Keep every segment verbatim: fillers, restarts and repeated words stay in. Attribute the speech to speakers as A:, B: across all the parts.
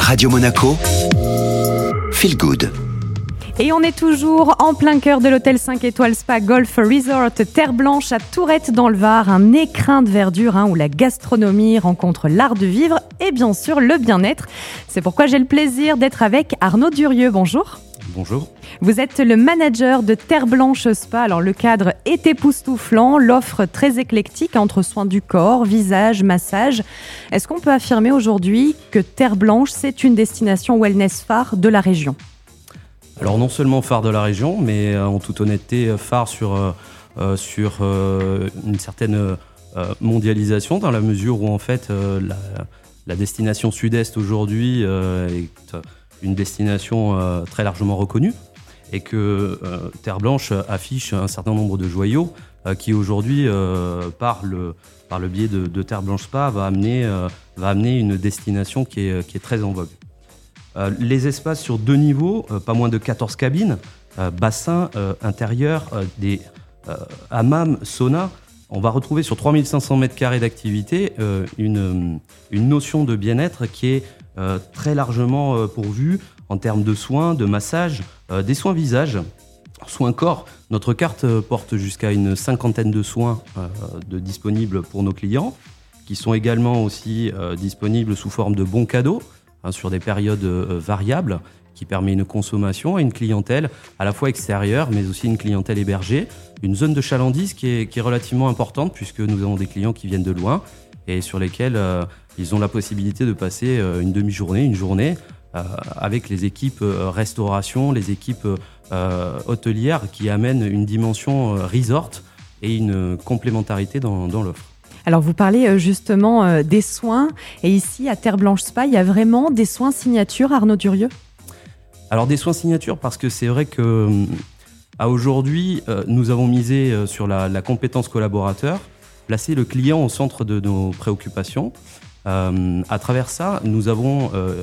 A: Radio Monaco, Feel Good.
B: Et on est toujours en plein cœur de l'hôtel cinq étoiles Spa Golf Resort Terre Blanche à Tourette dans le Var, un écrin de verdure hein, où la gastronomie rencontre l'art de vivre et bien sûr le bien-être. C'est pourquoi j'ai le plaisir d'être avec Arnaud Durieux. Bonjour.
C: Bonjour.
B: Vous êtes le manager de Terre Blanche Spa. Alors le cadre est époustouflant, l'offre très éclectique entre soins du corps, visage, massage. Est-ce qu'on peut affirmer aujourd'hui que Terre Blanche, c'est une destination wellness phare de la région ?
C: Alors non seulement phare de la région, mais euh, en toute honnêteté phare sur, euh, sur euh, une certaine euh, mondialisation dans la mesure où en fait euh, la, la destination sud-est aujourd'hui euh, est une destination euh, très largement reconnue et que euh, Terre Blanche affiche un certain nombre de joyaux euh, qui aujourd'hui euh, par, le, par le biais de, de Terre Blanche Spa va amener, euh, va amener une destination qui est, qui est très en vogue. Euh, les espaces sur deux niveaux, euh, pas moins de quatorze cabines, euh, bassin euh, intérieur, euh, des euh, hammams, saunas. On va retrouver sur trois mille cinq cents mètres carrés d'activité euh, une, une notion de bien-être qui est euh, très largement euh, pourvue en termes de soins, de massage, euh, des soins visage, soins corps. Notre carte euh, porte jusqu'à une cinquantaine de soins euh, de disponibles pour nos clients, qui sont également aussi euh, disponibles sous forme de bons cadeaux, Hein, sur des périodes euh, variables, qui permet une consommation et une clientèle à la fois extérieure, mais aussi une clientèle hébergée. Une zone de chalandise qui est, qui est relativement importante, puisque nous avons des clients qui viennent de loin et sur lesquels euh, ils ont la possibilité de passer euh, une demi-journée, une journée, euh, avec les équipes euh, restauration, les équipes euh, hôtelières qui amènent une dimension euh, resort et une complémentarité dans, dans l'offre.
B: Alors vous parlez justement euh, des soins et ici à Terre Blanche Spa, il y a vraiment des soins signature, Arnaud Durieux ?
C: Alors des soins signature parce que c'est vrai que à aujourd'hui euh, nous avons misé euh, sur la, la compétence collaborateur, placer le client au centre de nos préoccupations. Euh, à travers ça, nous avons euh,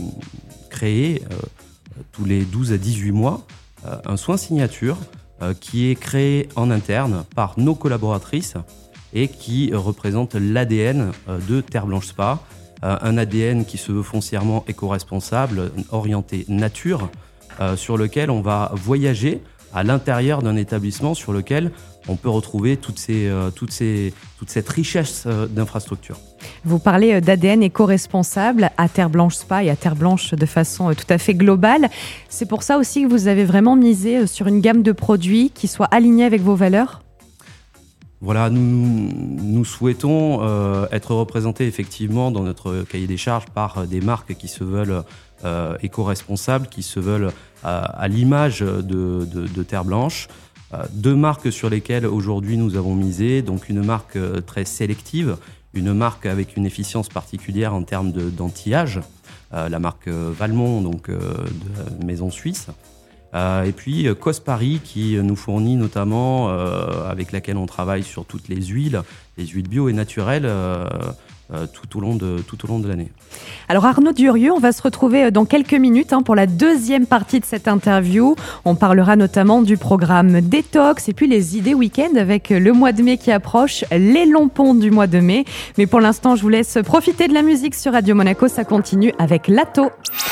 C: créé euh, tous les douze à dix-huit mois euh, un soin signature euh, qui est créé en interne par nos collaboratrices et qui représente l'A D N de Terre Blanche Spa, un A D N qui se veut foncièrement éco-responsable, orienté nature, sur lequel on va voyager à l'intérieur d'un établissement sur lequel on peut retrouver toutes ces, toutes ces, toute cette richesse d'infrastructures.
B: Vous parlez d'A D N éco-responsable à Terre Blanche Spa et à Terre Blanche de façon tout à fait globale. C'est pour ça aussi que vous avez vraiment misé sur une gamme de produits qui soit alignée avec vos valeurs ?
C: Voilà, nous, nous souhaitons euh, être représentés effectivement dans notre cahier des charges par des marques qui se veulent euh, éco-responsables, qui se veulent euh, à l'image de, de, de Terre Blanche. Euh, deux marques sur lesquelles aujourd'hui nous avons misé, donc une marque euh, très sélective, une marque avec une efficience particulière en termes de, d'anti-âge, euh, la marque Valmont, donc euh, de Maison Suisse. Euh, et puis euh, Cos Paris qui nous fournit notamment, euh, avec laquelle on travaille sur toutes les huiles, les huiles bio et naturelles euh, euh, tout, au long de, tout au long de l'année.
B: Alors Arnaud Durieux, on va se retrouver dans quelques minutes hein, pour la deuxième partie de cette interview. On parlera notamment du programme Détox et puis les idées week-end avec le mois de mai qui approche, les longs ponts du mois de mai. Mais pour l'instant, je vous laisse profiter de la musique sur Radio Monaco. Ça continue avec Lato.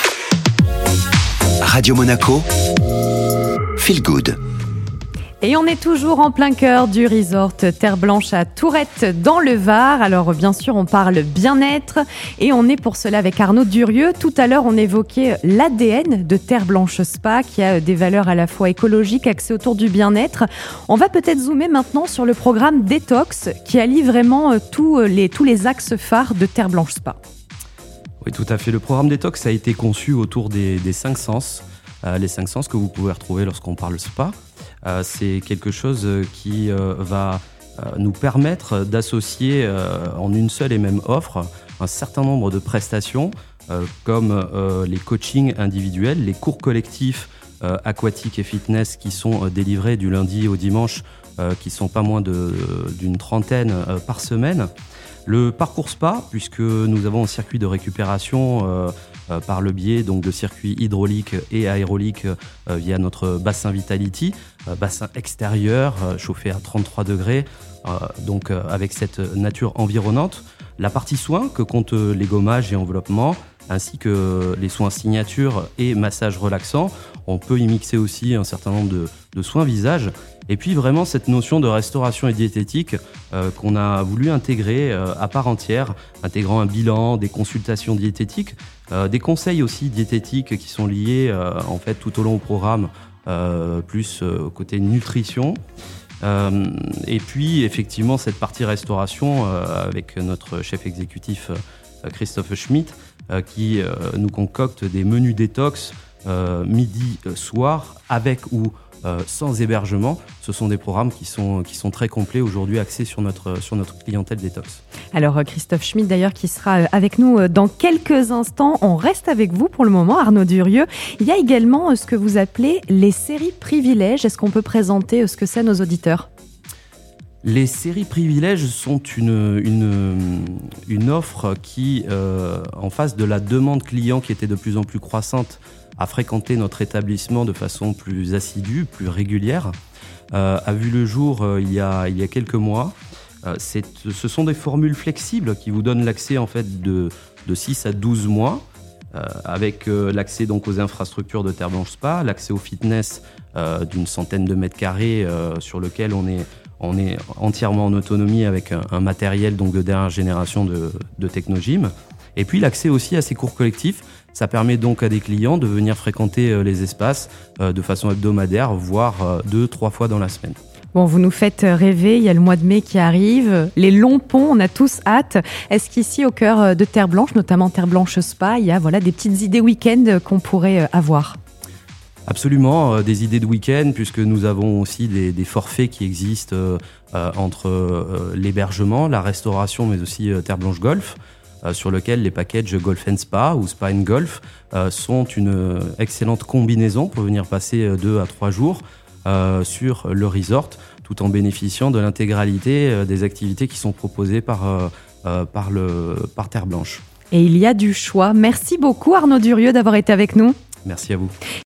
A: Radio Monaco, Feel Good.
B: Et on est toujours en plein cœur du resort Terre Blanche à Tourette dans le Var. Alors bien sûr, on parle bien-être et on est pour cela avec Arnaud Durieux. Tout à l'heure, on évoquait l'A D N de Terre Blanche Spa qui a des valeurs à la fois écologiques, axées autour du bien-être. On va peut-être zoomer maintenant sur le programme Détox qui allie vraiment tous les, tous les axes phares de Terre Blanche Spa.
C: Oui, tout à fait. Le programme Détox a été conçu autour des, des cinq sens. Euh, les cinq sens que vous pouvez retrouver lorsqu'on parle spa. Euh, c'est quelque chose qui euh, va euh, nous permettre d'associer euh, en une seule et même offre un certain nombre de prestations euh, comme euh, les coachings individuels, les cours collectifs euh, aquatiques et fitness qui sont euh, délivrés du lundi au dimanche, euh, qui sont pas moins de, d'une trentaine euh, par semaine. Le parcours spa, puisque nous avons un circuit de récupération euh, euh, par le biais donc, de circuits hydrauliques et aéroliques euh, via notre bassin Vitality, euh, bassin extérieur euh, chauffé à trente-trois degrés, euh, donc euh, avec cette nature environnante. la partie soins que comptent les gommages et enveloppements, ainsi que les soins signature et massages relaxants. On peut y mixer aussi un certain nombre de, de soins visage. Et puis vraiment cette notion de restauration et diététique euh, qu'on a voulu intégrer euh, à part entière, intégrant un bilan, des consultations diététiques, euh, des conseils aussi diététiques qui sont liés euh, en fait tout au long au programme, euh, plus euh, côté nutrition. Euh, et puis effectivement cette partie restauration euh, avec notre chef exécutif euh, Christophe Schmitt euh, qui euh, nous concocte des menus détox euh, midi, euh, soir, avec ou euh, sans hébergement. Ce sont des programmes qui sont, qui sont très complets aujourd'hui, axés sur notre, sur notre clientèle détox.
B: Alors Christophe Schmitt d'ailleurs qui sera avec nous dans quelques instants. On reste avec vous pour le moment, Arnaud Durieux. Il y a également ce que vous appelez les séries privilèges. Est-ce qu'on peut présenter ce que c'est à nos auditeurs ?
C: Les séries privilèges sont une, une, une offre qui, euh, en face de la demande client qui était de plus en plus croissante, a fréquenté notre établissement de façon plus assidue, plus régulière, euh, a vu le jour euh, il, y a, il y a quelques mois. Euh, c'est, ce sont des formules flexibles qui vous donnent l'accès en fait de, de six à douze mois, euh, avec euh, l'accès donc aux infrastructures de Terre Blanche Spa, l'accès au fitness euh, d'une centaine de mètres carrés euh, sur lequel on est On est entièrement en autonomie avec un, un matériel donc de dernière génération de, de Technogym. Et puis l'accès aussi à ces cours collectifs, ça permet donc à des clients de venir fréquenter les espaces euh, de façon hebdomadaire, voire euh, deux, trois fois dans la semaine.
B: Bon, vous nous faites rêver, il y a le mois de mai qui arrive, les longs ponts, on a tous hâte. Est-ce qu'ici, au cœur de Terre Blanche, notamment Terre Blanche Spa, il y a voilà, des petites idées week-end qu'on pourrait avoir ?
C: Absolument, euh, des idées de week-end, puisque nous avons aussi des, des forfaits qui existent euh, euh, entre euh, l'hébergement, la restauration, mais aussi euh, Terre Blanche Golf, euh, sur lequel les packages Golf and Spa ou Spa and Golf euh, sont une excellente combinaison pour venir passer euh, deux à trois jours euh, sur le resort, tout en bénéficiant de l'intégralité euh, des activités qui sont proposées par, euh, euh, par, le, par Terre Blanche.
B: Et il y a du choix. Merci beaucoup Arnaud Durieux d'avoir été avec nous.
C: Merci à vous.